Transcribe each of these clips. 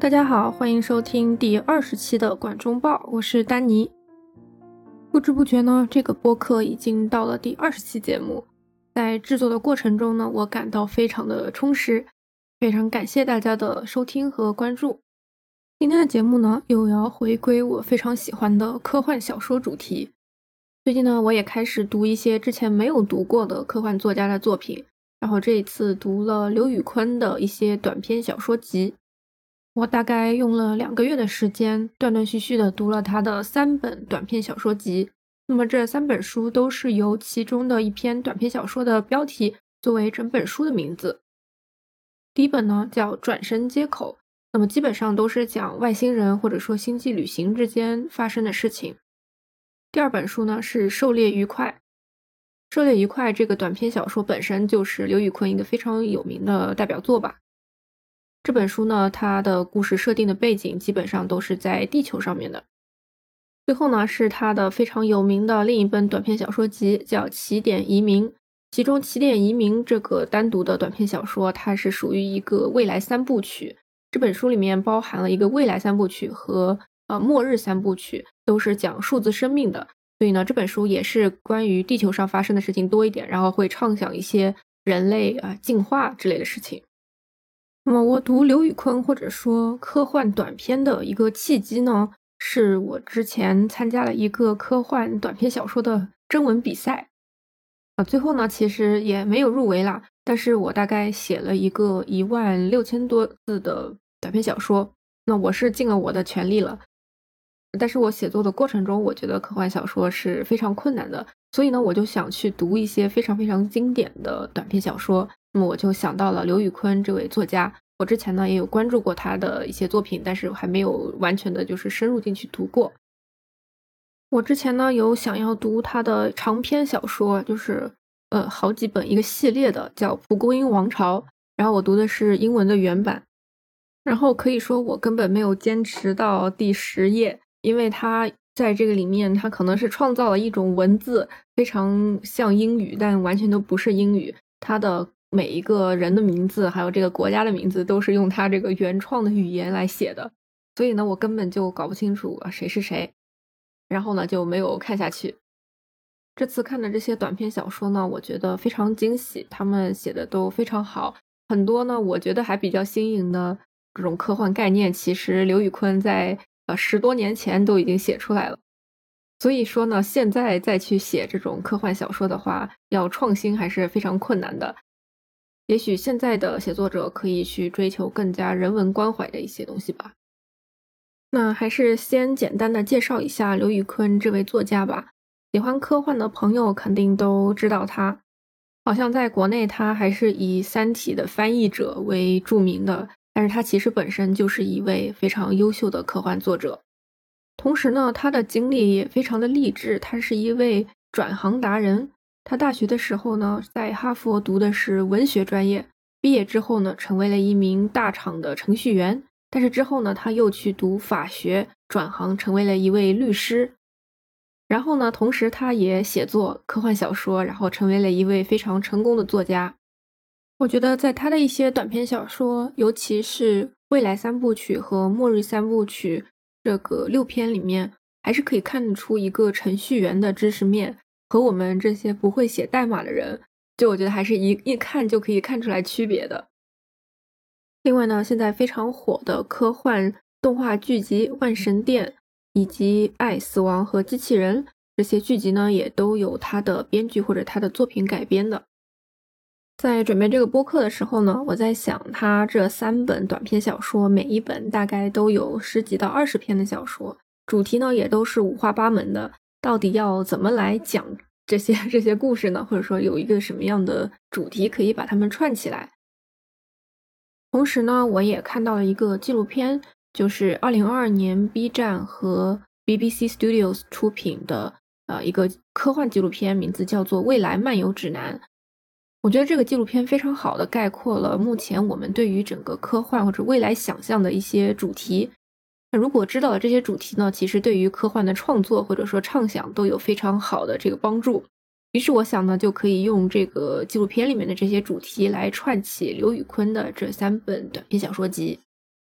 大家好，欢迎收听第20期的管中报，我是丹尼。不知不觉呢，这个播客已经到了第20期节目。在制作的过程中呢，我感到非常的充实，非常感谢大家的收听和关注。今天的节目呢，又要回归我非常喜欢的科幻小说主题。最近呢，我也开始读一些之前没有读过的科幻作家的作品，然后这一次读了刘宇昆的一些短篇小说集。我大概用了2个月的时间，断断续续的读了他的3本短篇小说集。那么这3本书都是由其中的一篇短篇小说的标题作为整本书的名字。第一本呢叫《转身接口》，那么基本上都是讲外星人或者说星际旅行之间发生的事情。第二本书呢是《狩猎愉快》。《狩猎愉快》这个短篇小说本身就是刘宇昆一个非常有名的代表作吧。这本书呢，它的故事设定的背景基本上都是在地球上面的。最后呢，是他的非常有名的另一本短篇小说集，叫《起点移民》。其中《起点移民》这个单独的短篇小说，它是属于一个未来3部曲。这本书里面包含了一个未来3部曲和末日3部曲，都是讲数字生命的。所以呢，这本书也是关于地球上发生的事情多一点，然后会畅想一些人类进化之类的事情。那么我读刘宇昆或者说科幻短篇的一个契机呢，是我之前参加了一个科幻短篇小说的征文比赛。最后呢其实也没有入围啦，但是我大概写了一个16000多字的短篇小说，那我是尽了我的全力了。但是我写作的过程中，我觉得科幻小说是非常困难的，所以呢我就想去读一些非常非常经典的短篇小说。那么我就想到了刘宇昆这位作家，我之前呢也有关注过他的一些作品，但是还没有完全的就是深入进去读过。我之前呢有想要读他的长篇小说，就是好几本一个系列的，叫《蒲公英王朝》，然后我读的是英文的原版。然后可以说我根本没有坚持到第10页，因为他在这个里面他可能是创造了一种文字，非常像英语，但完全都不是英语。他的每一个人的名字还有这个国家的名字都是用他这个原创的语言来写的，所以呢我根本就搞不清楚谁是谁，然后呢就没有看下去。这次看的这些短篇小说呢，我觉得非常惊喜，他们写的都非常好。很多呢我觉得还比较新颖的这种科幻概念，其实刘宇昆在10多年前都已经写出来了。所以说呢，现在再去写这种科幻小说的话，要创新还是非常困难的。也许现在的写作者可以去追求更加人文关怀的一些东西吧。那还是先简单的介绍一下刘宇昆这位作家吧。喜欢科幻的朋友肯定都知道他，好像在国内他还是以《三体》的翻译者为著名的，但是他其实本身就是一位非常优秀的科幻作者。同时呢，他的经历也非常的励志，他是一位转行达人。他大学的时候呢，在哈佛读的是文学专业，毕业之后呢，成为了一名大厂的程序员。但是之后呢，他又去读法学，转行成为了一位律师。然后呢，同时他也写作科幻小说，然后成为了一位非常成功的作家。我觉得在他的一些短篇小说，尤其是未来3部曲和末日3部曲这个6篇里面，还是可以看得出一个程序员的知识面，和我们这些不会写代码的人，就我觉得还是一看就可以看出来区别的。另外呢，现在非常火的科幻动画剧集《万神殿》以及《爱、死亡和机器人》这些剧集呢，也都有他的编剧或者他的作品改编的。在准备这个播客的时候呢，我在想他这3本短篇小说，每一本大概都有10几到20篇的小说，主题呢也都是五花八门的，到底要怎么来讲这些故事呢？或者说有一个什么样的主题可以把它们串起来？同时呢，我也看到了一个纪录片，就是2022年 B 站和 BBC Studios 出品的一个科幻纪录片，名字叫做《未来漫游指南》。我觉得这个纪录片非常好的概括了目前我们对于整个科幻或者未来想象的一些主题。那如果知道了这些主题呢，其实对于科幻的创作或者说畅想都有非常好的这个帮助。于是我想呢，就可以用这个纪录片里面的这些主题来串起刘宇昆的这3本短篇小说集。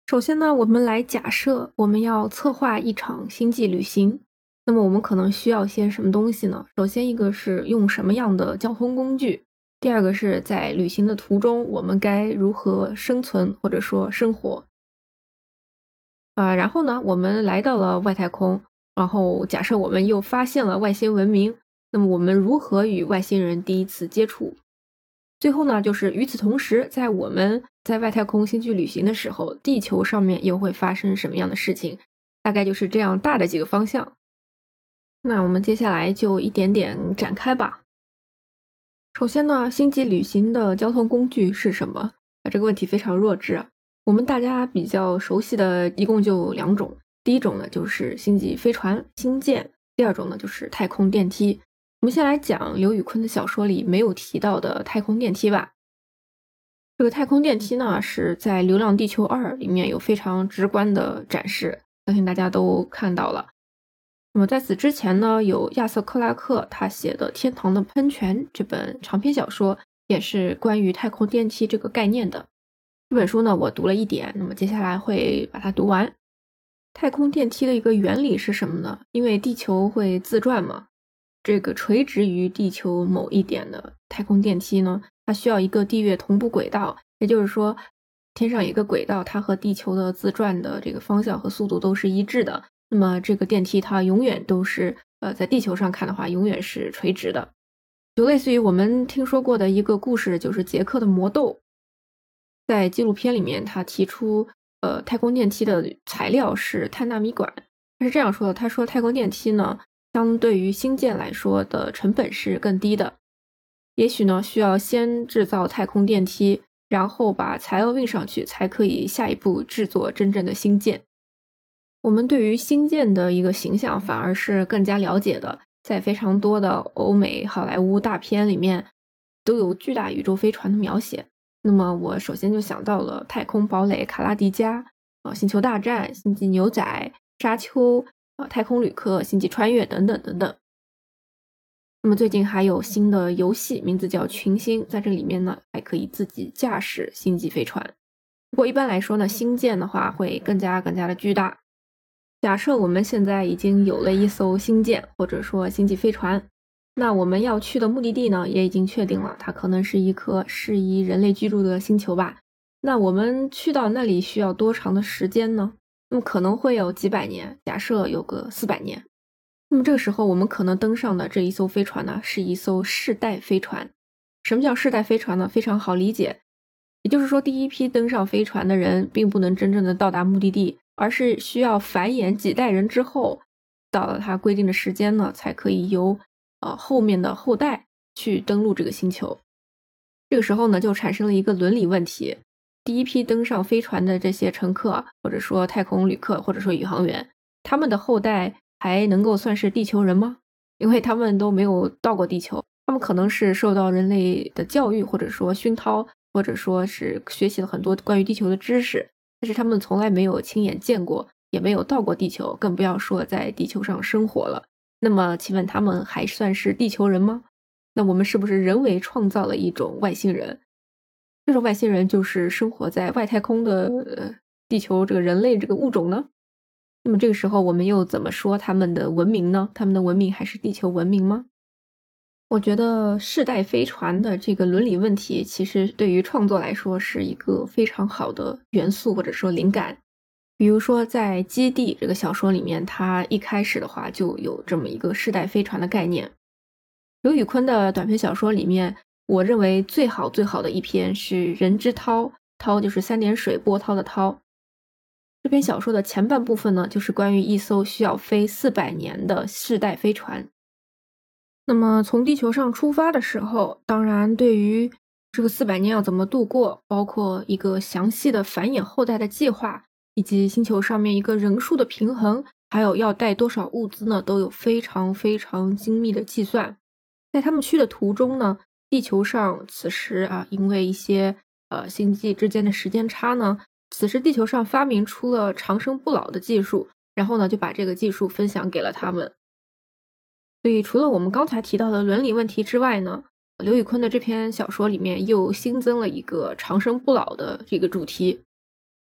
首先呢，我们来假设我们要策划一场星际旅行，那么我们可能需要些什么东西呢？首先一个是用什么样的交通工具，第二个是在旅行的途中我们该如何生存或者说生活。然后呢，我们来到了外太空，然后假设我们又发现了外星文明，那么我们如何与外星人第一次接触？最后呢，就是与此同时，在我们在外太空星际旅行的时候，地球上面又会发生什么样的事情？大概就是这样大的几个方向。那我们接下来就一点点展开吧。首先呢，星际旅行的交通工具是什么？这个问题非常弱智啊。我们大家比较熟悉的一共就两种，第一种呢就是星际飞船、星舰，第二种呢就是太空电梯。我们先来讲刘宇昆的小说里没有提到的太空电梯吧。这个太空电梯呢，是在《流浪地球2》里面有非常直观的展示，相信大家都看到了。那么在此之前呢，有亚瑟·克拉克他写的《天堂的喷泉》这本长篇小说，也是关于太空电梯这个概念的。这本书呢，我读了一点，那么接下来会把它读完。太空电梯的一个原理是什么呢？因为地球会自转嘛，这个垂直于地球某一点的太空电梯呢，它需要一个地月同步轨道，也就是说，天上有一个轨道，它和地球的自转的这个方向和速度都是一致的。那么这个电梯它永远都是在地球上看的话，永远是垂直的。就类似于我们听说过的一个故事，就是杰克的魔豆。在纪录片里面，他提出太空电梯的材料是碳纳米管。他是这样说的，他说太空电梯呢，相对于星舰来说的成本是更低的。也许呢，需要先制造太空电梯，然后把材料运上去，才可以下一步制作真正的星舰。我们对于星舰的一个形象反而是更加了解的，在非常多的欧美好莱坞大片里面都有巨大宇宙飞船的描写。那么我首先就想到了太空堡垒卡拉迪加、星球大战、星际牛仔、沙丘、太空旅客、星际穿越等等等等。那么最近还有新的游戏，名字叫群星，在这里面呢还可以自己驾驶星际飞船。不过一般来说呢，星舰的话会更加的巨大。假设我们现在已经有了一艘星舰或者说星际飞船，那我们要去的目的地呢也已经确定了，它可能是一颗适宜人类居住的星球吧。那我们去到那里需要多长的时间呢？那么可能会有几百年，假设有个400年。那么这个时候我们可能登上的这一艘飞船呢，是一艘世代飞船。什么叫世代飞船呢？非常好理解，也就是说第一批登上飞船的人并不能真正的到达目的地，而是需要繁衍几代人之后，到了它规定的时间呢，才可以由后面的后代去登陆这个星球。这个时候呢，就产生了一个伦理问题。第一批登上飞船的这些乘客，或者说太空旅客，或者说宇航员，他们的后代还能够算是地球人吗？因为他们都没有到过地球，他们可能是受到人类的教育，或者说熏陶，或者说是学习了很多关于地球的知识，但是他们从来没有亲眼见过，也没有到过地球，更不要说在地球上生活了。那么请问他们还算是地球人吗？那我们是不是人为创造了一种外星人？这种外星人就是生活在外太空的地球这个人类这个物种呢？那么这个时候我们又怎么说他们的文明呢？他们的文明还是地球文明吗？我觉得世代飞船的这个伦理问题，其实对于创作来说是一个非常好的元素或者说灵感。比如说在《基地》这个小说里面，它一开始的话就有这么一个世代飞船的概念。刘宇昆的短篇小说里面，我认为最好的一篇是《人之涛》，涛就是3点水波涛的涛。这篇小说的前半部分呢，就是关于一艘需要飞400年的世代飞船。那么从地球上出发的时候，当然对于这个400年要怎么度过，包括一个详细的繁衍后代的计划，以及星球上面一个人数的平衡，还有要带多少物资呢，都有非常精密的计算。在他们去的途中呢，地球上此时因为一些星际之间的时间差呢，此时地球上发明出了长生不老的技术，然后呢就把这个技术分享给了他们。所以除了我们刚才提到的伦理问题之外呢，刘宇昆的这篇小说里面又新增了一个长生不老的这个主题。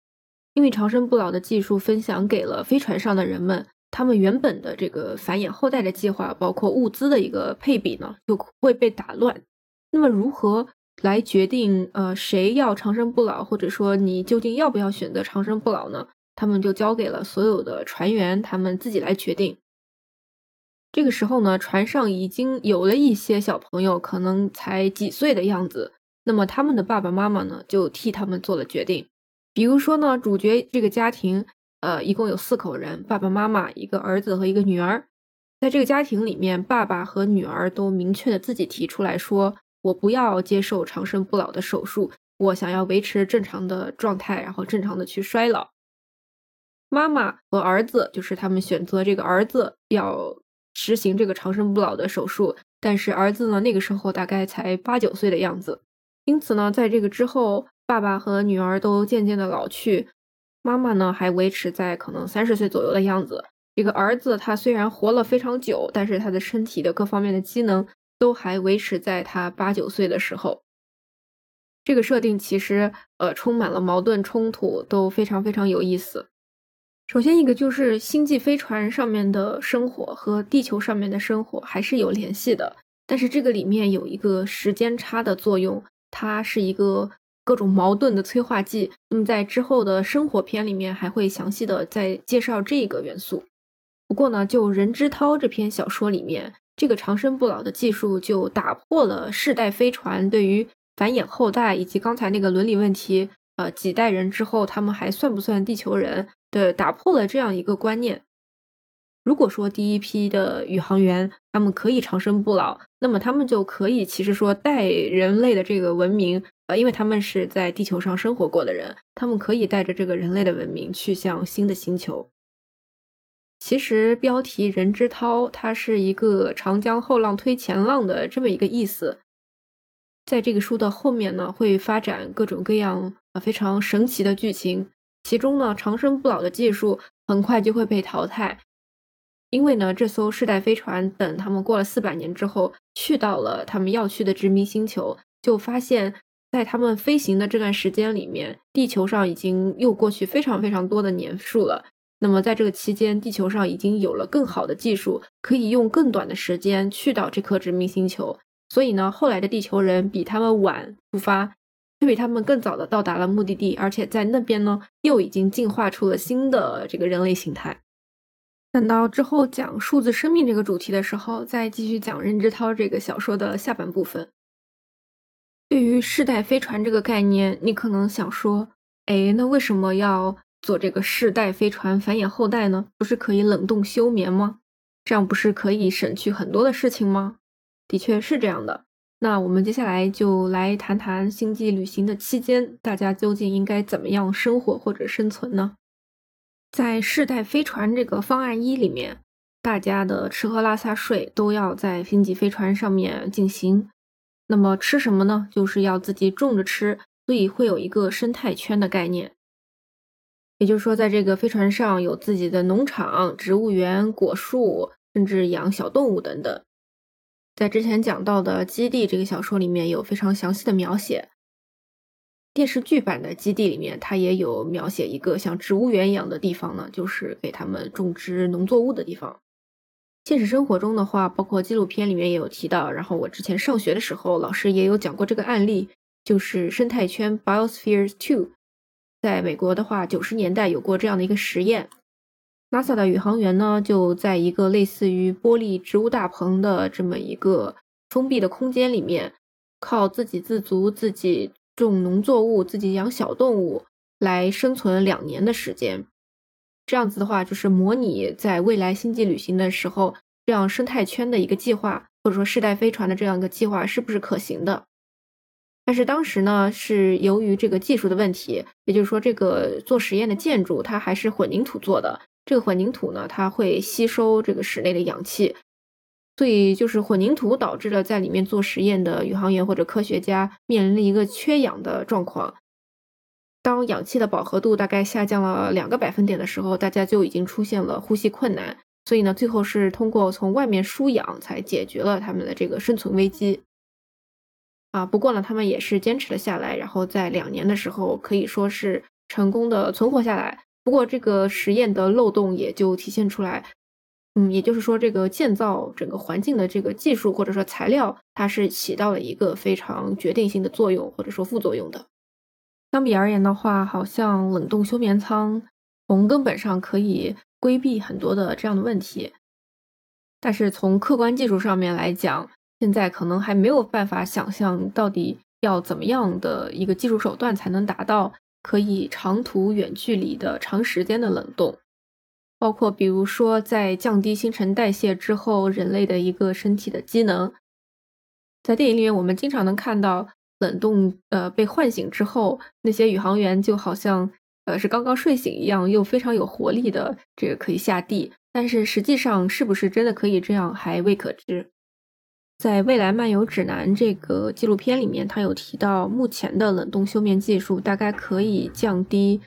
因为长生不老的技术分享给了飞船上的人们，他们原本的这个繁衍后代的计划，包括物资的一个配比呢，就会被打乱。那么如何来决定谁要长生不老，或者说你究竟要不要选择长生不老呢？他们就交给了所有的船员，他们自己来决定。这个时候呢，船上已经有了一些小朋友，可能才几岁的样子，那么他们的爸爸妈妈呢，就替他们做了决定。比如说呢，主角这个家庭，一共有4口人，爸爸妈妈、一个儿子和一个女儿。在这个家庭里面，爸爸和女儿都明确的自己提出来说，我不要接受长生不老的手术，我想要维持正常的状态，然后正常的去衰老。妈妈和儿子，就是他们选择这个儿子要实行这个长生不老的手术，但是儿子呢，那个时候大概才8、9岁的样子。因此呢，在这个之后，爸爸和女儿都渐渐的老去，妈妈呢还维持在可能30岁左右的样子。这个儿子他虽然活了非常久，但是他的身体的各方面的机能都还维持在他8、9岁的时候。这个设定其实充满了矛盾冲突，都非常非常有意思。首先一个就是星际飞船上面的生活和地球上面的生活还是有联系的，但是这个里面有一个时间差的作用，它是一个各种矛盾的催化剂。那么在之后的生活篇里面还会详细的再介绍这个元素。不过呢，就任之涛这篇小说里面，这个长生不老的技术就打破了世代飞船对于繁衍后代以及刚才那个伦理问题，几代人之后他们还算不算地球人的，打破了这样一个观念。如果说第一批的宇航员他们可以长生不老，那么他们就可以其实说带人类的这个文明，因为他们是在地球上生活过的人，他们可以带着这个人类的文明去向新的星球。其实标题任之涛它是一个长江后浪推前浪的这么一个意思。在这个书的后面呢，会发展各种各样非常神奇的剧情，其中呢长生不老的技术很快就会被淘汰。因为呢这艘世代飞船等他们过了400年之后，去到了他们要去的殖民星球，就发现在他们飞行的这段时间里面，地球上已经又过去非常非常多的年数了。那么在这个期间，地球上已经有了更好的技术，可以用更短的时间去到这颗殖民星球。所以呢，后来的地球人比他们晚出发，就比他们更早的到达了目的地，而且在那边呢，又已经进化出了新的这个人类形态。等到之后讲数字生命这个主题的时候，再继续讲任之涛这个小说的下半部分。对于世代飞船这个概念，你可能想说，那为什么要做这个世代飞船繁衍后代呢？不是可以冷冻休眠吗？这样不是可以省去很多的事情吗？的确是这样的。那我们接下来就来谈谈星际旅行的期间，大家究竟应该怎么样生活或者生存呢？在世代飞船这个方案1里面，大家的吃喝拉撒睡都要在星际飞船上面进行。那么吃什么呢？就是要自己种着吃，所以会有一个生态圈的概念。也就是说，在这个飞船上有自己的农场、植物园、果树，甚至养小动物等等。在之前讲到的《基地》这个小说里面有非常详细的描写。电视剧版的《基地》里面，它也有描写一个像植物园一样的地方呢，就是给他们种植农作物的地方。现实生活中的话，包括纪录片里面也有提到，然后我之前上学的时候，老师也有讲过这个案例，就是生态圈 Biospheres 2。在美国的话，90年代有过这样的一个实验。NASA 的宇航员呢，就在一个类似于玻璃植物大棚的这么一个封闭的空间里面，靠自给自足，自己种农作物，自己养小动物来生存2年的时间。这样子的话，就是模拟在未来星际旅行的时候，这样生态圈的一个计划，或者说世代飞船的这样一个计划是不是可行的。但是当时呢，是由于这个技术的问题，也就是说这个做实验的建筑它还是混凝土做的，这个混凝土呢，它会吸收这个室内的氧气，所以就是混凝土导致了在里面做实验的宇航员或者科学家面临了一个缺氧的状况。当氧气的饱和度大概下降了2个百分点的时候，大家就已经出现了呼吸困难，所以呢，最后是通过从外面输氧才解决了他们的这个生存危机。不过呢，他们也是坚持了下来，然后在2年的时候可以说是成功的存活下来。不过这个实验的漏洞也就体现出来，也就是说这个建造整个环境的这个技术或者说材料，它是起到了一个非常决定性的作用或者说副作用的。相比而言的话，好像冷冻休眠舱从根本上可以规避很多的这样的问题，但是从客观技术上面来讲，现在可能还没有办法想象到底要怎么样的一个技术手段才能达到可以长途远距离的长时间的冷冻。包括比如说在降低新陈代谢之后，人类的一个身体的机能。在电影里面我们经常能看到冷冻被唤醒之后，那些宇航员就好像是刚刚睡醒一样，又非常有活力的这个可以下地，但是实际上是不是真的可以这样还未可知。在《未来漫游指南》这个纪录片里面，它有提到目前的冷冻休眠技术大概可以降低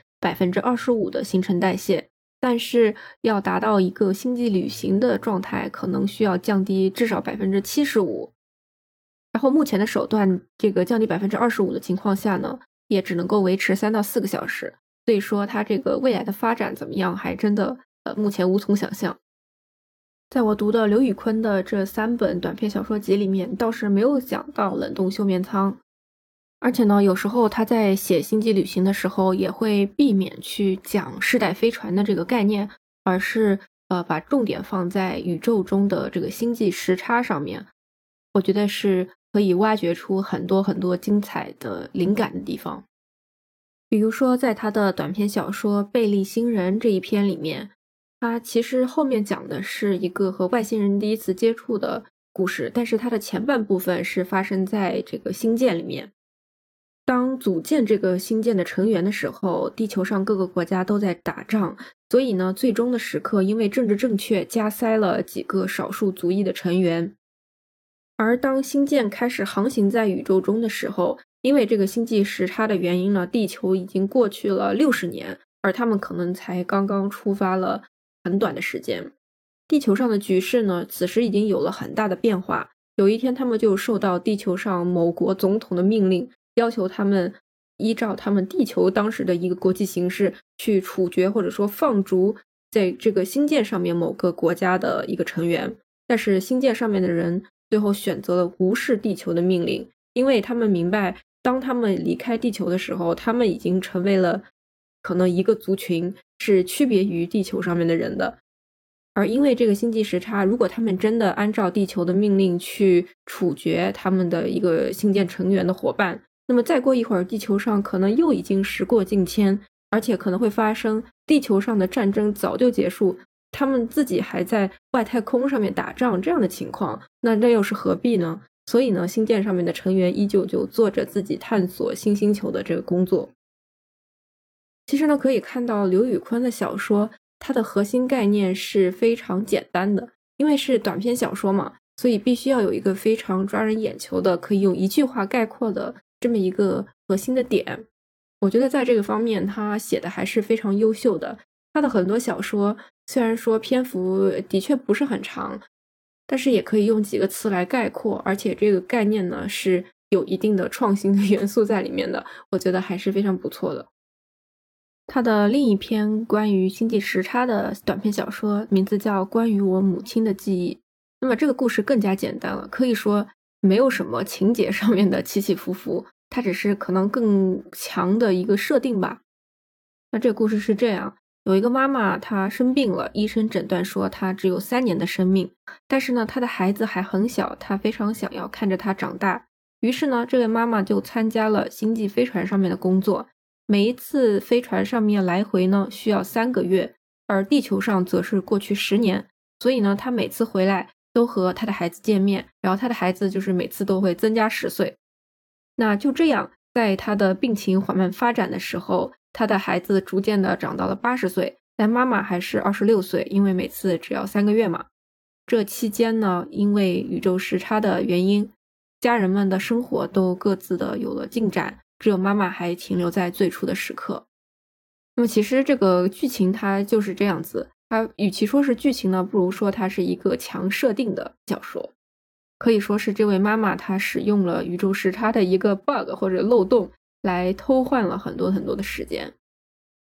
25%的新陈代谢，但是要达到一个星际旅行的状态，可能需要降低至少75%。然后目前的手段，这个降低25%的情况下呢，也只能够维持3到4个小时。所以说它这个未来的发展怎么样，还真的目前无从想象。在我读的刘宇昆的这3本短篇小说集里面，倒是没有讲到冷冻休眠舱。而且呢，有时候他在写星际旅行的时候，也会避免去讲世代飞船的这个概念，而是把重点放在宇宙中的这个星际时差上面。我觉得是可以挖掘出很多很多精彩的灵感的地方。比如说在他的短篇小说《贝利星人》这一篇里面，他其实后面讲的是一个和外星人第一次接触的故事，但是它的前半部分是发生在这个星舰里面。当组建这个星舰的成员的时候，地球上各个国家都在打仗，所以呢，最终的时刻因为政治正确加塞了几个少数族裔的成员。而当星舰开始航行在宇宙中的时候，因为这个星际时差的原因呢，地球已经过去了60年，而他们可能才刚刚出发了很短的时间。地球上的局势呢，此时已经有了很大的变化。有一天他们就受到地球上某国总统的命令，要求他们依照他们地球当时的一个国际形势去处决或者说放逐在这个星舰上面某个国家的一个成员。但是星舰上面的人最后选择了无视地球的命令，因为他们明白当他们离开地球的时候，他们已经成为了可能一个族群，是区别于地球上面的人的。而因为这个星际时差，如果他们真的按照地球的命令去处决他们的一个星舰成员的伙伴，那么再过一会儿，地球上可能又已经时过境迁，而且可能会发生地球上的战争早就结束，他们自己还在外太空上面打仗这样的情况，那又是何必呢？所以呢，星舰上面的成员依旧就做着自己探索新星球的这个工作。其实呢，可以看到刘宇昆的小说，它的核心概念是非常简单的，因为是短篇小说嘛，所以必须要有一个非常抓人眼球的，可以用一句话概括的这么一个核心的点。我觉得在这个方面他写的还是非常优秀的。他的很多小说虽然说篇幅的确不是很长，但是也可以用几个词来概括，而且这个概念呢是有一定的创新的元素在里面的，我觉得还是非常不错的。他的另一篇关于星际时差的短篇小说名字叫《关于我母亲的记忆》。那么这个故事更加简单了，可以说没有什么情节上面的起起伏伏，它只是可能更强的一个设定吧。那这个故事是这样，有一个妈妈她生病了，医生诊断说她只有3年的生命，但是呢她的孩子还很小，她非常想要看着他长大。于是呢这位妈妈就参加了星际飞船上面的工作，每一次飞船上面来回呢需要3个月，而地球上则是过去10年，所以呢她每次回来都和她的孩子见面，然后她的孩子就是每次都会增加10岁。那就这样，在她的病情缓慢发展的时候，她的孩子逐渐的长到了80岁，但妈妈还是26岁，因为每次只要3个月嘛。这期间呢，因为宇宙时差的原因，家人们的生活都各自的有了进展，只有妈妈还停留在最初的时刻。那么其实这个剧情它就是这样子，它与其说是剧情呢，不如说它是一个强设定的小说。可以说是这位妈妈她使用了宇宙时差的一个 bug 或者漏洞来偷换了很多很多的时间。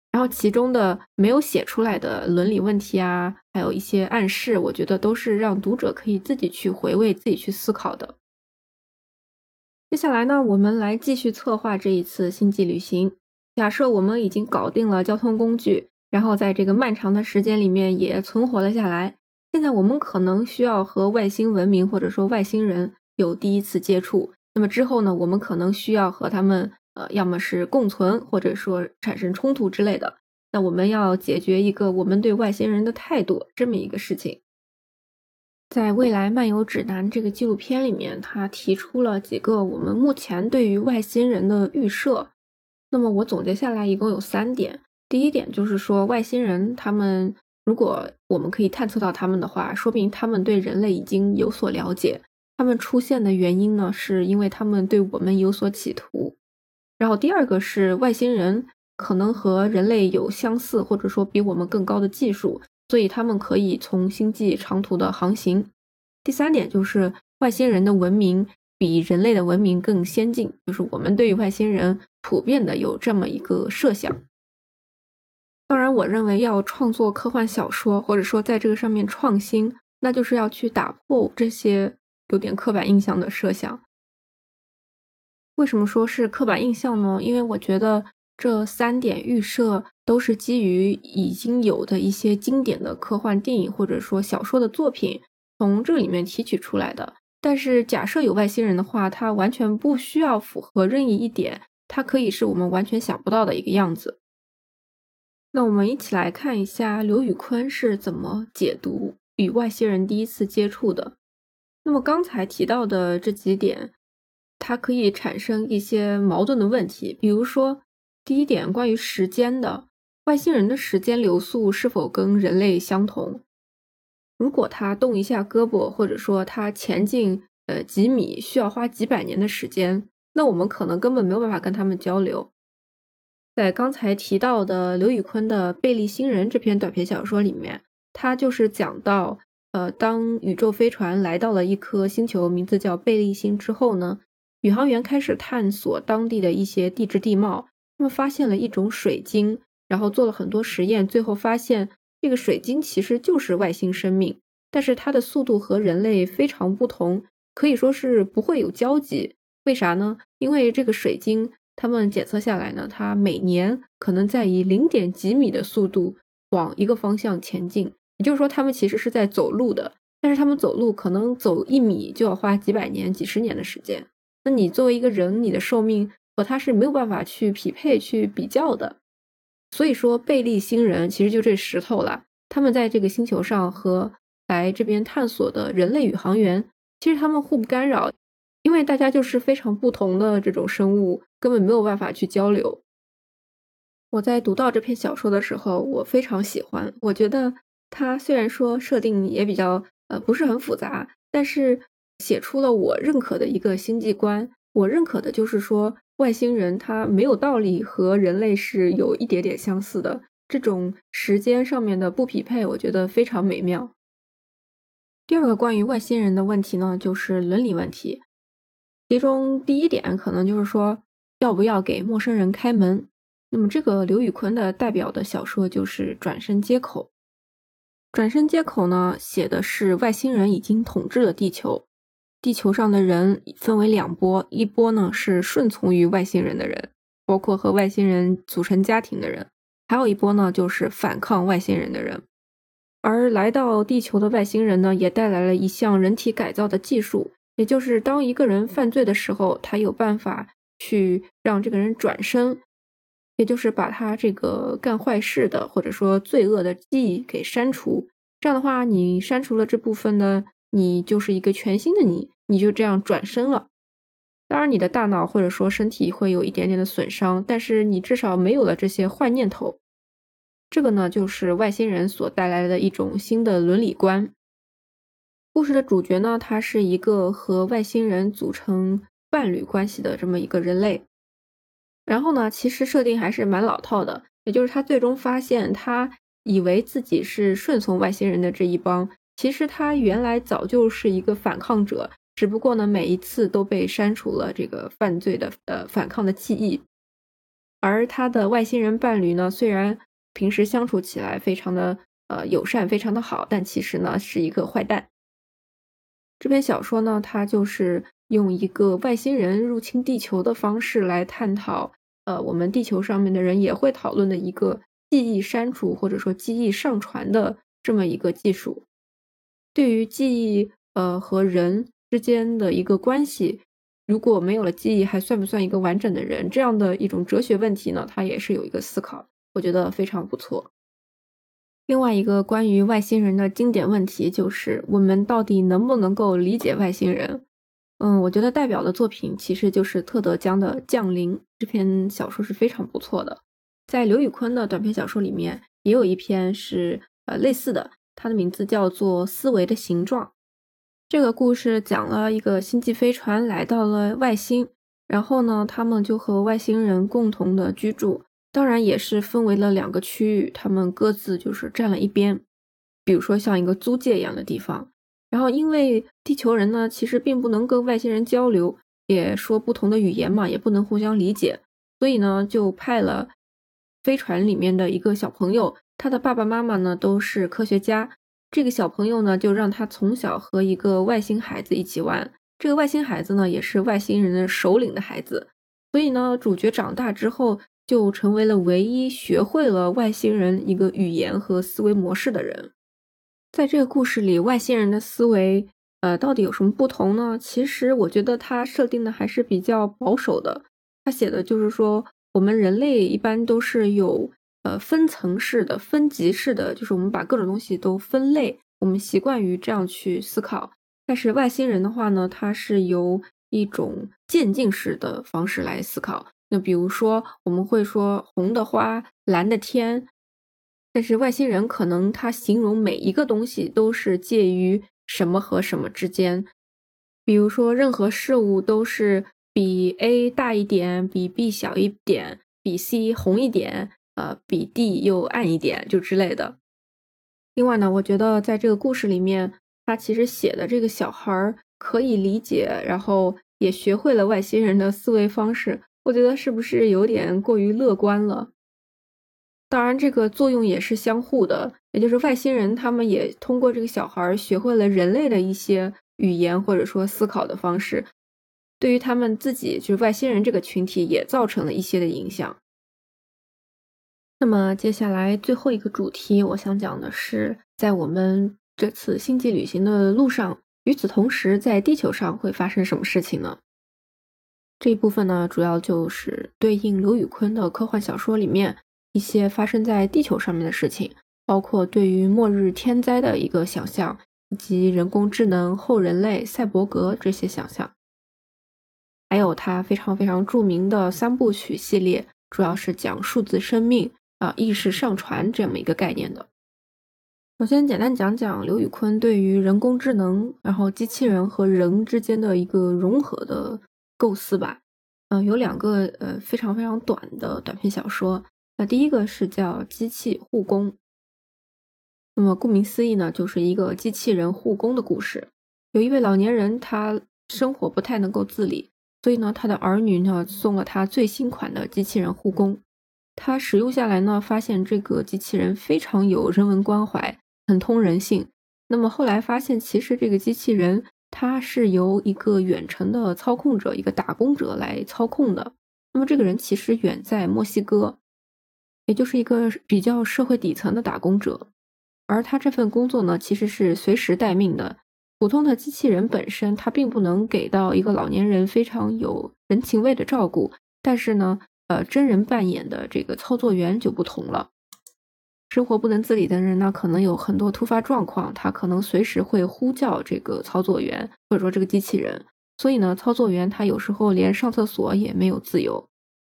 然后其中的没有写出来的伦理问题啊，还有一些暗示，我觉得都是让读者可以自己去回味、自己去思考的。接下来呢，我们来继续策划这一次星际旅行。假设我们已经搞定了交通工具，然后在这个漫长的时间里面也存活了下来。现在我们可能需要和外星文明或者说外星人有第一次接触。那么之后呢，我们可能需要和他们要么是共存，或者说产生冲突之类的。那我们要解决一个我们对外星人的态度这么一个事情。在《未来漫游指南》这个纪录片里面，他提出了几个我们目前对于外星人的预设。那么我总结下来一共有3点。第一点就是说，外星人他们如果我们可以探测到他们的话，说明他们对人类已经有所了解。他们出现的原因呢，是因为他们对我们有所企图。然后第二个是外星人可能和人类有相似，或者说比我们更高的技术，所以他们可以从星际长途的航行。第3点就是外星人的文明比人类的文明更先进，就是我们对于外星人普遍的有这么一个设想。当然我认为要创作科幻小说，或者说在这个上面创新，那就是要去打破这些有点刻板印象的设想。为什么说是刻板印象呢？因为我觉得这3点预设都是基于已经有的一些经典的科幻电影或者说小说的作品，从这里面提取出来的。但是假设有外星人的话，它完全不需要符合任意一点，它可以是我们完全想不到的一个样子。那我们一起来看一下刘宇昆是怎么解读与外星人第一次接触的。那么刚才提到的这几点，它可以产生一些矛盾的问题。比如说第一点，关于时间的，外星人的时间流速是否跟人类相同？如果他动一下胳膊，或者说他前进几米需要花几百年的时间，那我们可能根本没有办法跟他们交流。在刚才提到的刘宇昆的《贝利星人》这篇短篇小说里面，他就是讲到当宇宙飞船来到了一颗星球，名字叫贝利星之后呢，宇航员开始探索当地的一些地质地貌，他们发现了一种水晶，然后做了很多实验，最后发现这个水晶其实就是外星生命，但是它的速度和人类非常不同，可以说是不会有交集。为啥呢？因为这个水晶他们检测下来呢，它每年可能在以0点几米的速度往一个方向前进，也就是说他们其实是在走路的，但是他们走路可能走1米就要花几百年、几十年的时间。那你作为一个人，你的寿命和他是没有办法去匹配、去比较的。所以说贝利星人其实就这石头了，他们在这个星球上和来这边探索的人类宇航员，其实他们互不干扰，因为大家就是非常不同的这种生物，根本没有办法去交流。我在读到这篇小说的时候，我非常喜欢，我觉得它虽然说设定也比较不是很复杂，但是写出了我认可的一个星际观。我认可的就是说外星人他没有道理和人类是有一点点相似的，这种时间上面的不匹配，我觉得非常美妙。第二个关于外星人的问题呢，就是伦理问题。其中第一点可能就是说要不要给陌生人开门。那么这个刘宇昆的代表的小说就是《转身街口》。转身街口呢，写的是外星人已经统治了地球，地球上的人分为2波，一波呢是顺从于外星人的人，包括和外星人组成家庭的人，还有一波呢就是反抗外星人的人。而来到地球的外星人呢，也带来了一项人体改造的技术，也就是当一个人犯罪的时候，他有办法去让这个人转身，也就是把他这个干坏事的或者说罪恶的记忆给删除。这样的话，你删除了这部分呢，你就是一个全新的你，你就这样转身了。当然你的大脑或者说身体会有一点点的损伤，但是你至少没有了这些坏念头。这个呢，就是外星人所带来的一种新的伦理观。故事的主角呢，他是一个和外星人组成伴侣关系的这么一个人类。然后呢，其实设定还是蛮老套的，也就是他最终发现，他以为自己是顺从外星人的这一帮，其实他原来早就是一个反抗者，只不过呢，每一次都被删除了这个犯罪的反抗的记忆。 而他的外星人伴侣呢，虽然平时相处起来非常的友善，非常的好，但其实呢是一个坏蛋。这篇小说呢，它就是用一个外星人入侵地球的方式来探讨，我们地球上面的人也会讨论的一个记忆删除或者说记忆上传的这么一个技术。对于记忆和人之间的一个关系，如果没有了记忆，还算不算一个完整的人？这样的一种哲学问题呢，它也是有一个思考，我觉得非常不错。另外一个关于外星人的经典问题就是，我们到底能不能够理解外星人？我觉得代表的作品其实就是特德·姜的《降临》，这篇小说是非常不错的。在刘宇昆的短篇小说里面，也有一篇是类似的，它的名字叫做《思维的形状》。这个故事讲了一个星际飞船来到了外星，然后呢，他们就和外星人共同的居住。当然也是分为了2个区域，他们各自就是站了一边，比如说像一个租界一样的地方。然后因为地球人呢，其实并不能跟外星人交流，也说不同的语言嘛，也不能互相理解，所以呢，就派了飞船里面的一个小朋友，他的爸爸妈妈呢都是科学家。这个小朋友呢，就让他从小和一个外星孩子一起玩，这个外星孩子呢，也是外星人的首领的孩子。所以呢，主角长大之后就成为了唯一学会了外星人一个语言和思维模式的人。在这个故事里，外星人的思维到底有什么不同呢？其实我觉得他设定的还是比较保守的。他写的就是说，我们人类一般都是有分层式的、分级式的，就是我们把各种东西都分类，我们习惯于这样去思考。但是外星人的话呢，它是由一种渐进式的方式来思考。那比如说，我们会说红的花、蓝的天，但是外星人可能他形容每一个东西都是介于什么和什么之间。比如说，任何事物都是比 A 大一点，比 B 小一点，比 C 红一点，比 D 又暗一点，就之类的。另外呢，我觉得在这个故事里面，他其实写的这个小孩儿可以理解，然后也学会了外星人的思维方式，我觉得是不是有点过于乐观了？当然，这个作用也是相互的，也就是外星人他们也通过这个小孩儿学会了人类的一些语言或者说思考的方式，对于他们自己就是外星人这个群体也造成了一些的影响。那么接下来最后一个主题，我想讲的是，在我们这次星际旅行的路上，与此同时，在地球上会发生什么事情呢？这一部分呢，主要就是对应刘宇昆的科幻小说里面一些发生在地球上面的事情，包括对于末日天灾的一个想象，以及人工智能、后人类、赛博格这些想象。还有他非常非常著名的3部曲系列，主要是讲数字生命、意识上传这么一个概念的。首先简单讲讲刘宇昆对于人工智能，然后机器人和人之间的一个融合的构思吧。有2个非常非常短的短篇小说。第一个是叫《机器护工》。那么顾名思义呢，就是一个机器人护工的故事。有一位老年人，他生活不太能够自理，所以呢，他的儿女呢送了他最新款的机器人护工。他使用下来呢，发现这个机器人非常有人文关怀，很通人性。那么后来发现，其实这个机器人它是由一个远程的操控者，一个打工者来操控的。那么这个人其实远在墨西哥，也就是一个比较社会底层的打工者。而他这份工作呢，其实是随时待命的。普通的机器人本身，它并不能给到一个老年人非常有人情味的照顾。但是呢，真人扮演的这个操作员就不同了。生活不能自理的人呢，可能有很多突发状况，他可能随时会呼叫这个操作员，或者说这个机器人。所以呢，操作员他有时候连上厕所也没有自由。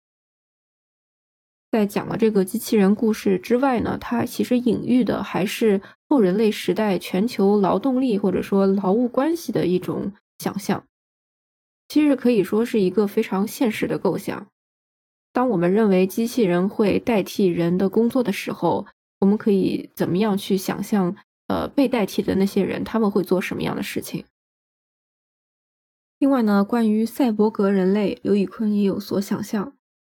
在讲了这个机器人故事之外呢，它其实隐喻的还是后人类时代全球劳动力或者说劳务关系的一种想象。其实可以说是一个非常现实的构想。当我们认为机器人会代替人的工作的时候，我们可以怎么样去想象被代替的那些人他们会做什么样的事情。另外呢，关于赛博格人类，刘宇昆也有所想象。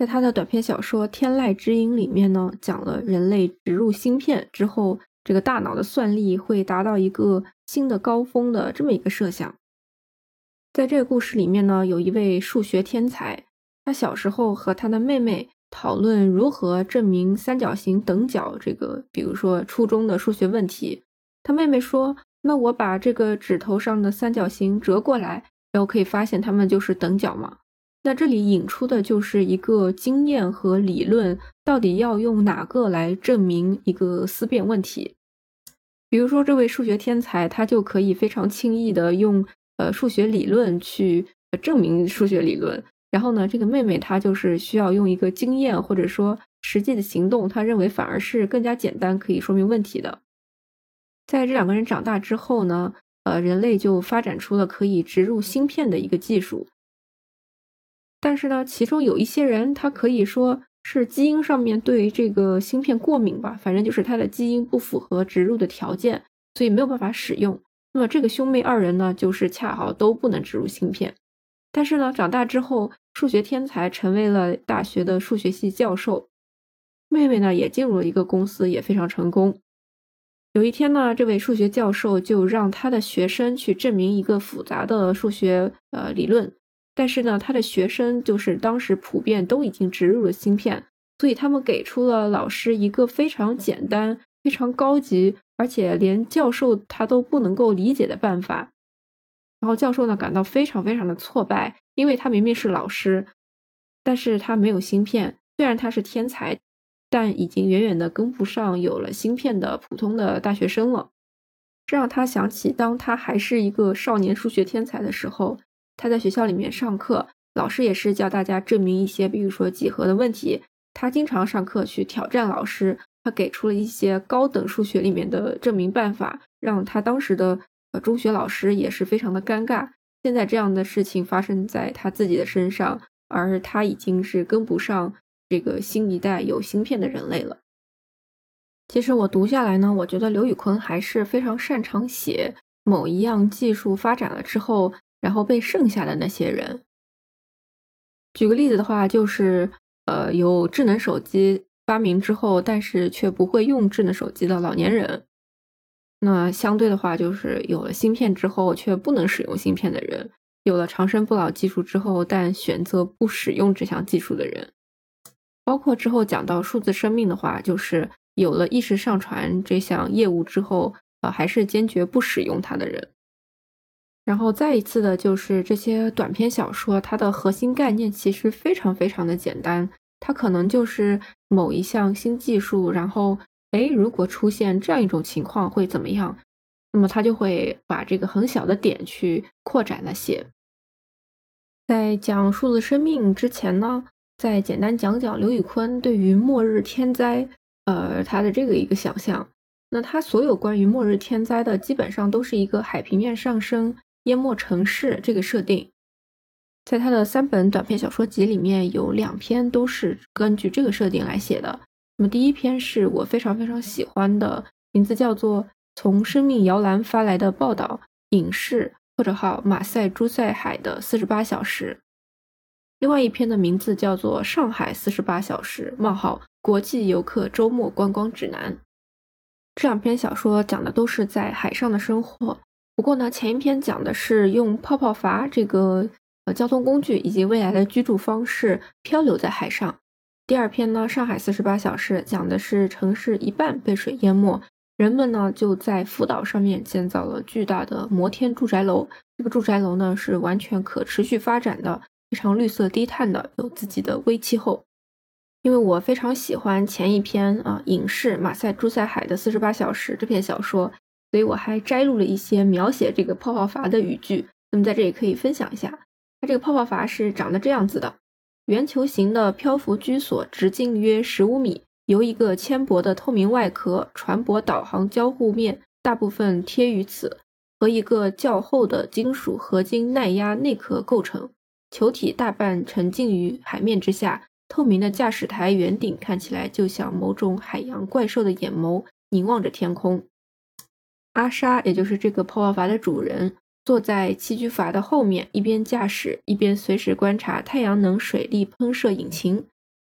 在他的短篇小说《天籁之音》里面呢，讲了人类植入芯片之后，这个大脑的算力会达到一个新的高峰的这么一个设想。在这个故事里面呢，有一位数学天才，他小时候和他的妹妹讨论如何证明三角形等角这个，比如说初中的数学问题。他妹妹说，那我把这个指头上的三角形折过来，然后可以发现它们就是等角嘛。那这里引出的就是一个经验和理论，到底要用哪个来证明一个思辨问题。比如说这位数学天才，他就可以非常轻易的用数学理论去证明数学理论，然后呢这个妹妹她就是需要用一个经验或者说实际的行动，她认为反而是更加简单可以说明问题的。在这两个人长大之后呢，人类就发展出了可以植入芯片的一个技术。但是呢，其中有一些人，他可以说是基因上面对这个芯片过敏吧，反正就是他的基因不符合植入的条件，所以没有办法使用。那么这个兄妹二人呢，就是恰好都不能植入芯片。但是呢，长大之后，数学天才成为了大学的数学系教授，妹妹呢也进入了一个公司，也非常成功。有一天呢，这位数学教授就让他的学生去证明一个复杂的数学理论。但是呢，他的学生就是当时普遍都已经植入了芯片，所以他们给出了老师一个非常简单、非常高级，而且连教授他都不能够理解的办法。然后教授呢感到非常非常的挫败，因为他明明是老师，但是他没有芯片，虽然他是天才，但已经远远的跟不上有了芯片的普通的大学生了。这让他想起当他还是一个少年数学天才的时候，他在学校里面上课，老师也是教大家证明一些比如说几何的问题，他经常上课去挑战老师，他给出了一些高等数学里面的证明办法，让他当时的中学老师也是非常的尴尬。现在这样的事情发生在他自己的身上，而他已经是跟不上这个新一代有芯片的人类了。其实我读下来呢，我觉得刘宇昆还是非常擅长写某一样技术发展了之后，然后被剩下的那些人。举个例子的话，就是有智能手机发明之后，但是却不会用智能手机的老年人。那相对的话，就是有了芯片之后却不能使用芯片的人，有了长生不老技术之后，但选择不使用这项技术的人。包括之后讲到数字生命的话，就是有了意识上传这项业务之后，还是坚决不使用它的人。然后再一次的就是这些短篇小说，它的核心概念其实非常非常的简单，它可能就是某一项新技术，然后如果出现这样一种情况会怎么样，那么它就会把这个很小的点去扩展了写。在讲数字生命之前呢，再简单讲讲刘宇昆对于末日天灾他的这个一个想象。那他所有关于末日天灾的基本上都是一个海平面上升淹没城市这个设定。在他的3本短篇小说集里面，有2篇都是根据这个设定来写的。那么第一篇是我非常非常喜欢的，名字叫做从生命摇篮发来的报道，影视马赛诸塞海的48小时。另外一篇的名字叫做上海48小时国际游客周末观光指南。这2篇小说讲的都是在海上的生活，不过呢，前一篇讲的是用泡泡筏这个交通工具以及未来的居住方式漂流在海上。第2篇呢，上海48小时讲的是城市一半被水淹没，人们呢就在福岛上面建造了巨大的摩天住宅楼。这个住宅楼呢是完全可持续发展的，非常绿色低碳的，有自己的微气候。因为我非常喜欢前一篇影视马赛诸塞海的48小时这篇小说，所以我还摘录了一些描写这个泡泡筏的语句，那么在这里可以分享一下。它这个泡泡筏是长得这样子的：圆球形的漂浮居所直径约15米，由一个纤薄的透明外壳、船舶导航交互面大部分贴于此，和一个较厚的金属合金耐压内壳构成。球体大半沉浸于海面之下，透明的驾驶台圆顶看起来就像某种海洋怪兽的眼眸凝望着天空。阿莎，也就是这个泡泡筏的主人，坐在器具筏的后面，一边驾驶一边随时观察太阳能水力喷射引擎。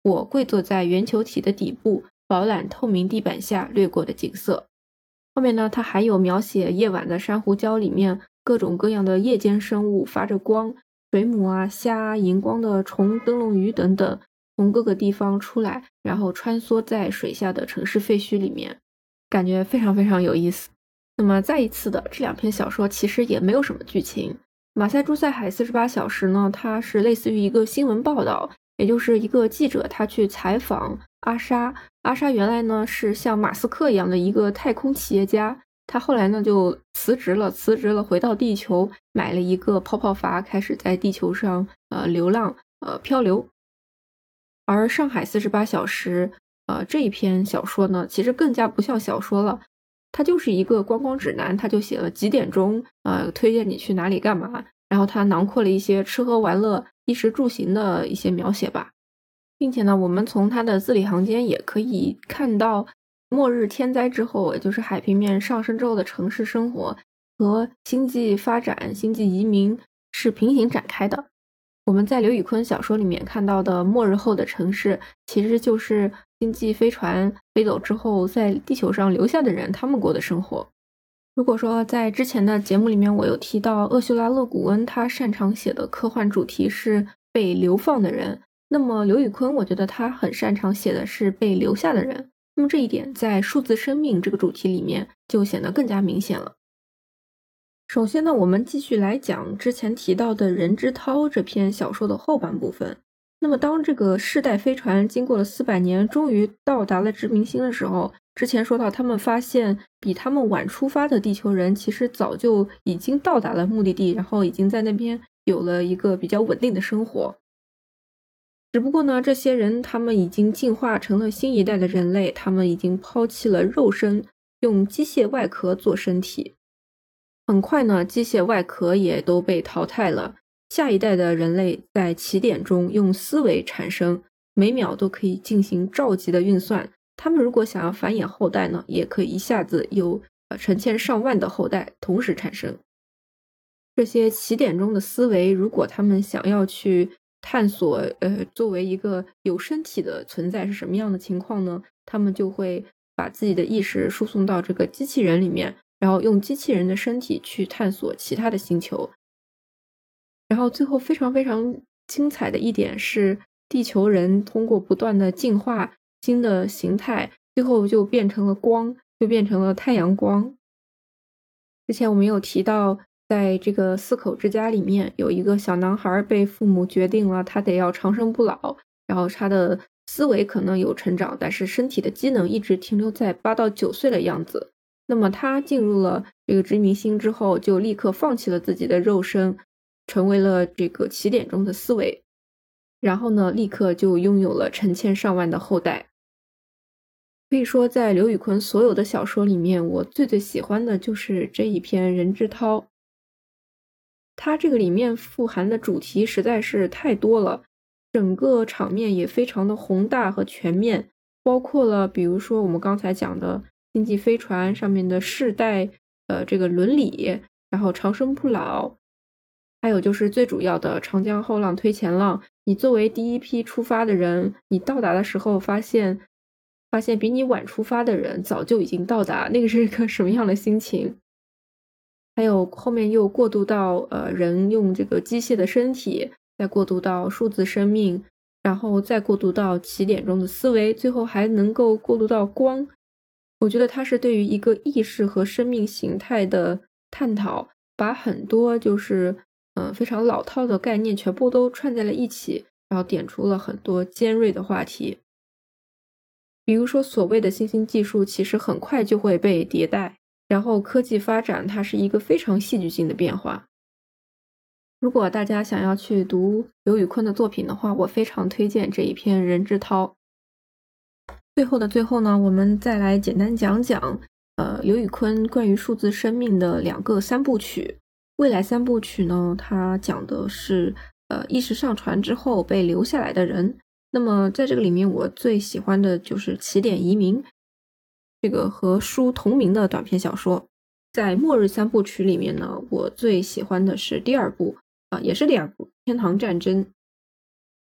我跪坐在圆球体的底部，饱览透明地板下掠过的景色。后面呢，它还有描写夜晚的珊瑚礁里面各种各样的夜间生物发着光，水母啊、虾啊、荧光的虫、灯笼鱼等等，从各个地方出来，然后穿梭在水下的城市废墟里面，感觉非常非常有意思。那么再一次的，这两篇小说其实也没有什么剧情。马赛诸塞海48小时呢，它是类似于一个新闻报道，也就是一个记者他去采访阿莎。阿莎原来呢是像马斯克一样的一个太空企业家，他后来呢就辞职了，回到地球，买了一个泡泡筏，开始在地球上流浪漂流。而上海48小时这一篇小说呢，其实更加不像小说了，它就是一个观光指南，它就写了几点钟推荐你去哪里干嘛，然后它囊括了一些吃喝玩乐、衣食住行的一些描写吧。并且呢，我们从它的字里行间也可以看到末日天灾之后，也就是海平面上升之后的城市生活和经济发展、经济移民是平行展开的。我们在刘宇昆小说里面看到的末日后的城市，其实就是星际飞船飞走之后在地球上留下的人他们过的生活。如果说在之前的节目里面我有提到厄修拉·勒古恩他擅长写的科幻主题是被流放的人，那么刘宇昆我觉得他很擅长写的是被留下的人，那么这一点在数字生命这个主题里面就显得更加明显了。首先呢，我们继续来讲之前提到的人之涛这篇小说的后半部分。那么当这个世代飞船经过了400年终于到达了殖民星的时候，之前说到他们发现比他们晚出发的地球人其实早就已经到达了目的地，然后已经在那边有了一个比较稳定的生活。只不过呢，这些人他们已经进化成了新一代的人类，他们已经抛弃了肉身，用机械外壳做身体。很快呢，机械外壳也都被淘汰了，下一代的人类在起点中用思维产生，每秒都可以进行兆级的运算。他们如果想要繁衍后代呢，也可以一下子有成千上万的后代同时产生。这些起点中的思维，如果他们想要去探索作为一个有身体的存在是什么样的情况呢，他们就会把自己的意识输送到这个机器人里面，然后用机器人的身体去探索其他的星球。然后最后非常非常精彩的一点是，地球人通过不断的进化新的形态，最后就变成了光，就变成了太阳光。之前我们有提到，在这个四口之家里面有一个小男孩被父母决定了他得要长生不老，然后他的思维可能有成长，但是身体的机能一直停留在8到9岁的样子。那么他进入了这个殖民星之后，就立刻放弃了自己的肉身，成为了这个起点中的思维，然后呢，立刻就拥有了成千上万的后代。可以说在刘宇昆所有的小说里面，我最喜欢的就是这一篇《人之涛》。它这个里面富含的主题实在是太多了，整个场面也非常的宏大和全面，包括了比如说我们刚才讲的星际飞船上面的世代这个伦理，然后长生不老，还有就是最主要的长江后浪推前浪，你作为第一批出发的人，你到达的时候发现比你晚出发的人早就已经到达，那个是一个什么样的心情。还有后面又过渡到人用这个机械的身体，再过渡到数字生命，然后再过渡到起点中的思维，最后还能够过渡到光。我觉得它是对于一个意识和生命形态的探讨，把很多就是非常老套的概念全部都串在了一起，然后点出了很多尖锐的话题。比如说所谓的新兴技术其实很快就会被迭代，然后科技发展它是一个非常戏剧性的变化。如果大家想要去读刘宇昆的作品的话，我非常推荐这一篇《人之涛》。最后的最后呢，我们再来简单讲讲刘宇昆关于数字生命的2个3部曲。未来3部曲呢，它讲的是意识上传之后被留下来的人。那么在这个里面我最喜欢的就是起点移民这个和书同名的短篇小说。在末日3部曲里面呢，我最喜欢的是第2部也是第2部《天堂战争》。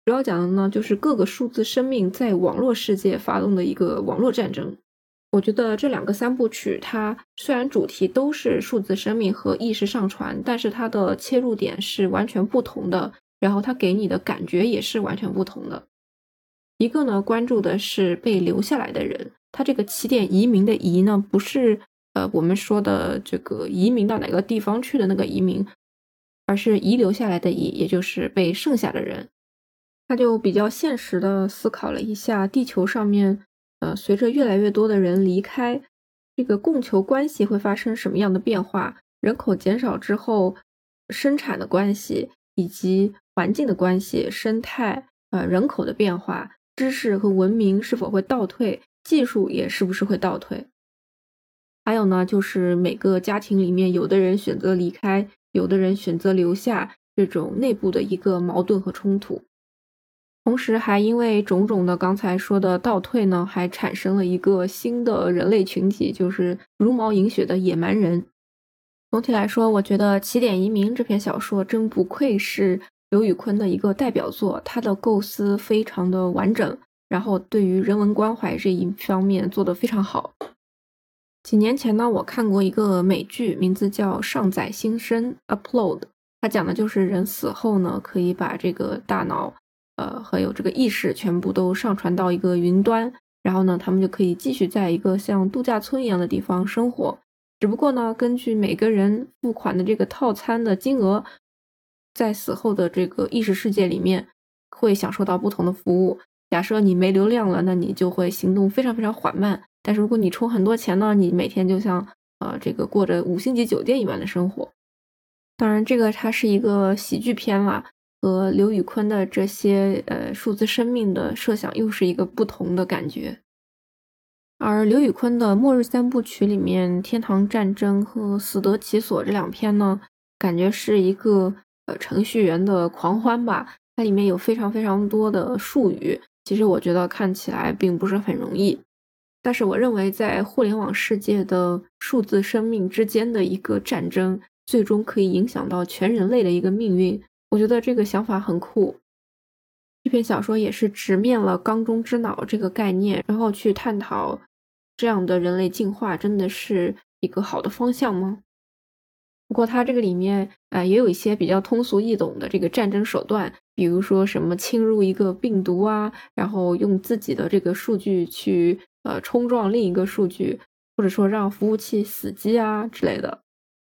主要讲的呢就是各个数字生命在网络世界发动的一个网络战争。我觉得这两个三部曲，它虽然主题都是数字生命和意识上传，但是它的切入点是完全不同的，然后它给你的感觉也是完全不同的。一个呢，关注的是被留下来的人，它这个起点移民的移呢，不是我们说的这个移民到哪个地方去的那个移民，而是遗留下来的遗，也就是被剩下的人。他就比较现实的思考了一下地球上面随着越来越多的人离开，这个供求关系会发生什么样的变化，人口减少之后生产的关系以及环境的关系，生态人口的变化，知识和文明是否会倒退，技术也是不是会倒退。还有呢，就是每个家庭里面有的人选择离开，有的人选择留下，这种内部的一个矛盾和冲突。同时还因为种种的刚才说的倒退呢，还产生了一个新的人类群体，就是茹毛饮血的野蛮人。总体来说，我觉得《起点移民》这篇小说真不愧是刘宇昆的一个代表作，他的构思非常的完整，然后对于人文关怀这一方面做得非常好。几年前呢，我看过一个美剧，名字叫《上载新生》（Upload），它讲的就是人死后呢，可以把这个大脑还有这个意识全部都上传到一个云端，然后呢，他们就可以继续在一个像度假村一样的地方生活。只不过呢，根据每个人付款的这个套餐的金额，在死后的这个意识世界里面会享受到不同的服务。假设你没流量了，那你就会行动非常非常缓慢。但是如果你充很多钱呢，你每天就像这个过着5星级酒店一般的生活。当然，这个它是一个喜剧片啦，和刘宇昆的这些数字生命的设想又是一个不同的感觉。而刘宇昆的《末日三部曲》里面，《天堂战争》和《死得其所》这两篇呢，感觉是一个程序员的狂欢吧。它里面有非常非常多的术语，其实我觉得看起来并不是很容易。但是我认为在互联网世界的数字生命之间的一个战争，最终可以影响到全人类的一个命运，我觉得这个想法很酷。这篇小说也是直面了缸中之脑这个概念，然后去探讨这样的人类进化真的是一个好的方向吗？不过它这个里面也有一些比较通俗易懂的这个战争手段，比如说什么侵入一个病毒啊，然后用自己的这个数据去冲撞另一个数据，或者说让服务器死机啊之类的。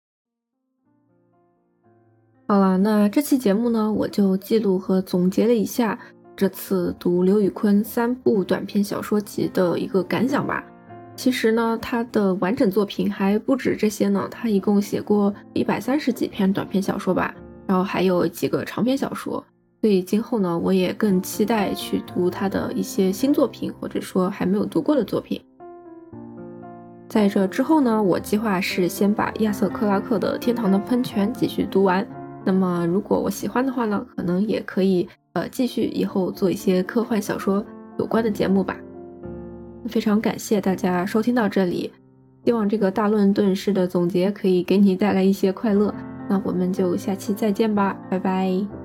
好了，那这期节目呢，我就记录和总结了一下这次读刘宇昆3部短篇小说集的一个感想吧。其实呢，他的完整作品还不止这些呢，他一共写过130几篇短篇小说吧，然后还有几个长篇小说。所以今后呢，我也更期待去读他的一些新作品，或者说还没有读过的作品。在这之后呢，我计划是先把亚瑟克拉克的《天堂的喷泉》继续读完。那么如果我喜欢的话呢，可能也可以继续以后做一些科幻小说有关的节目吧。非常感谢大家收听到这里，希望这个大论顿式的总结可以给你带来一些快乐。那我们就下期再见吧，拜拜。